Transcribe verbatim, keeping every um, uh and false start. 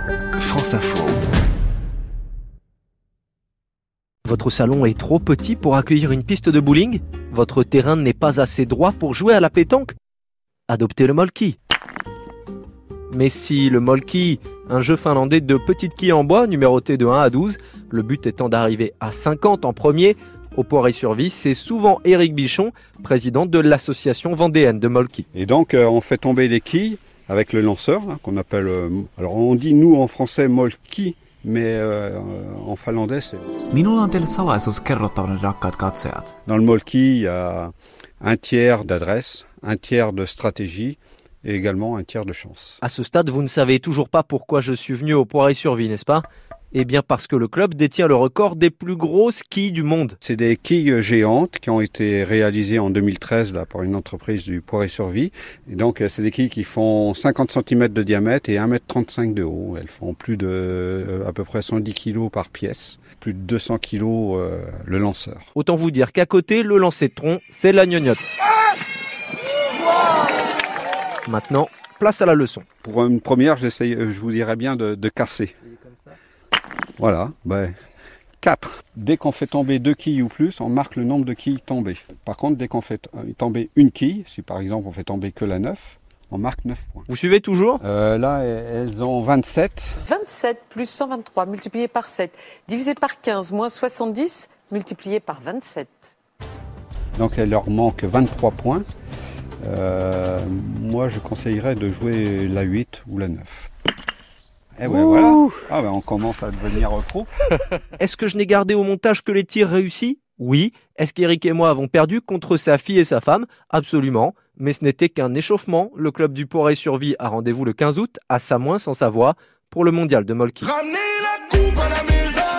France Info. Votre salon est trop petit pour accueillir une piste de bowling? Votre terrain n'est pas assez droit pour jouer à la pétanque? Adoptez le molki. Mais si le molki, un jeu finlandais de petites quilles en bois numéroté de un à douze, le but étant d'arriver à cinquante en premier, au Poiré-sur-Vie, c'est souvent Éric Bichon, président de l'association vendéenne de molki. Et donc euh, on fait tomber les quilles avec le lanceur, hein, qu'on appelle, euh, alors on dit nous en français molki, mais euh, en finlandais c'est... Minulla on teille salaisuus kerrottavana, rakkaat katsojat. Dans le molki, il y a un tiers d'adresse, un tiers de stratégie et également un tiers de chance. À ce stade, vous ne savez toujours pas pourquoi je suis venu au Poiré-sur-Vie, n'est-ce pas? Eh bien parce que le club détient le record des plus grosses quilles du monde. C'est des quilles géantes qui ont été réalisées en deux mille treize là, par une entreprise du Poiré-sur-Vie. Et donc c'est des quilles qui font cinquante centimètres de diamètre et un mètre trente-cinq de haut. Elles font plus de euh, à peu près cent dix kilos par pièce, plus de deux cents kilos euh, le lanceur. Autant vous dire qu'à côté, le lancer de tronc, c'est la gnognotte. Maintenant, place à la leçon. Pour une première, j'essaye, je vous dirais bien de, de casser. Voilà, ben, quatre. Dès qu'on fait tomber deux quilles ou plus, on marque le nombre de quilles tombées. Par contre, dès qu'on fait tomber une quille, si par exemple on fait tomber que la neuf, on marque neuf points. Vous suivez toujours? euh, Là, elles ont vingt-sept. vingt-sept plus cent vingt-trois multiplié par sept, divisé par quinze, moins soixante-dix, multiplié par vingt-sept. Donc il leur manque vingt-trois points. Euh, moi, je conseillerais de jouer la huit ou la neuf. Eh ouais, voilà. Ah ben, on commence à devenir pro. Est-ce que je n'ai gardé au montage que les tirs réussis? Oui. Est-ce qu'Éric et moi avons perdu contre sa fille et sa femme? Absolument. Mais ce n'était qu'un échauffement. Le club du Poiré-sur-Vie a rendez-vous le quinze août à Samoin sans Savoie pour le mondial de molki. Ramenez la coupe à la maison.